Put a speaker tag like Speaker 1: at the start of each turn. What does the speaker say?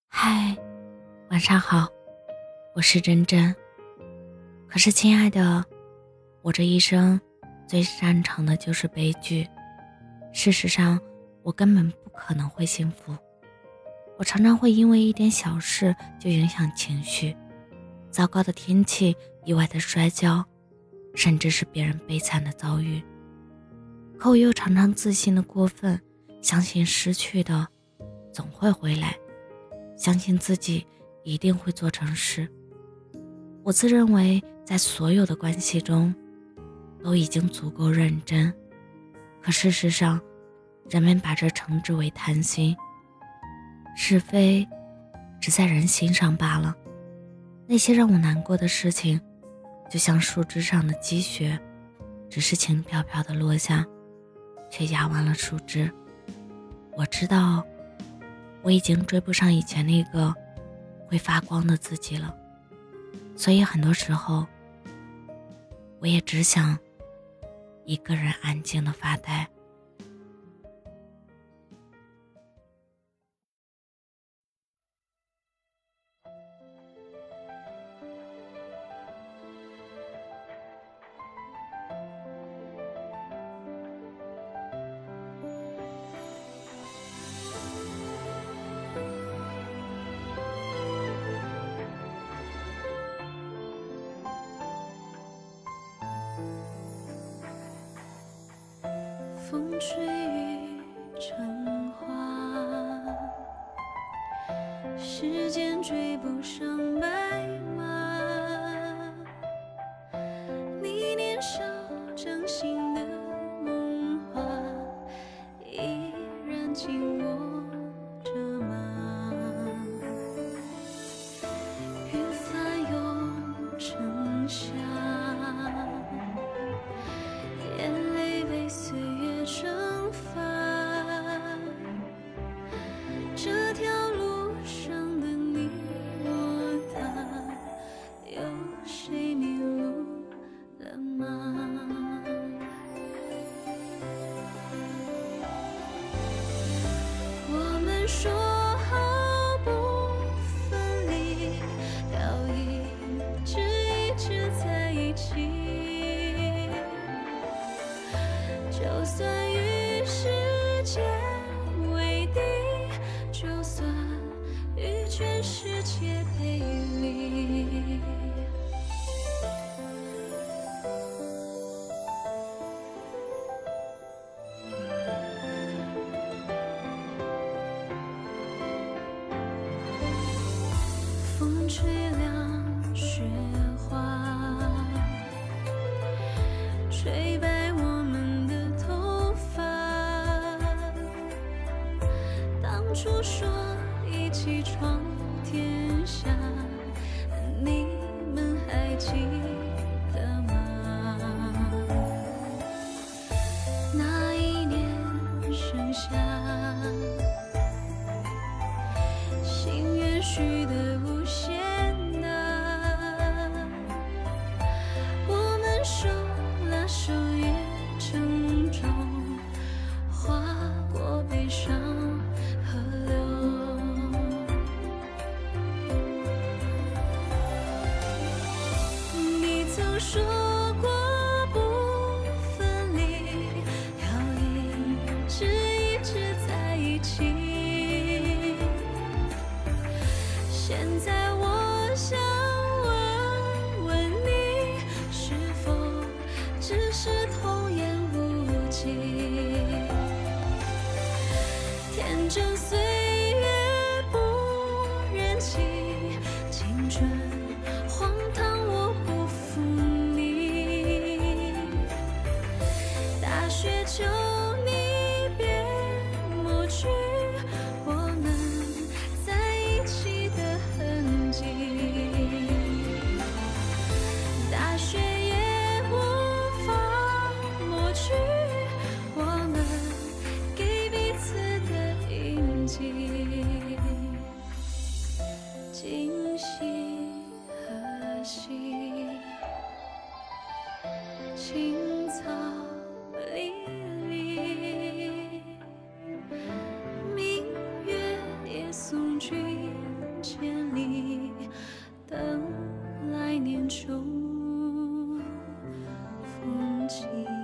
Speaker 1: 嗨，晚上好，我是真真。可是亲爱的，我这一生最擅长的就是悲剧。事实上，我根本不可能会幸福。我常常会因为一点小事就影响情绪，糟糕的天气、意外的摔跤，甚至是别人悲惨的遭遇。可我又常常自信的过分，相信失去的总会回来，相信自己一定会做成事。我自认为在所有的关系中都已经足够认真，可事实上，人们把这称之为贪心。是非只在人心上罢了。那些让我难过的事情，就像树枝上的积雪，只是轻飘飘的落下，却压弯了树枝。我知道我已经追不上以前那个会发光的自己了，所以很多时候我也只想一个人安静的发呆。
Speaker 2: 风吹雨成花，时间追不上白马。你年少掌心的梦话，依然紧握着吗？云翻涌成夏，眼泪被岁月蒸发。这条路上的你我他，有谁迷路了吗？我们说好不分离，要一直在一起。就算与世界为敌，就算与全世界背离。风吹凉雪花，吹白我们的头发。当初说一起闯天下，你们还记得吗？那一年盛夏，心愿许得无限大，我们手拉手越沉重，划过悲伤河流。你曾说过不分离，要一直在一起。现在我想问问你，是否只是童言无忌？天真岁月不忍欺，青春荒唐我不负你。大雪求你别抹去我们在一起的痕迹，大雪也无法抹去我们给彼此的印记。今夕何夕，青草离离，明月也送君千里，等来年秋风起。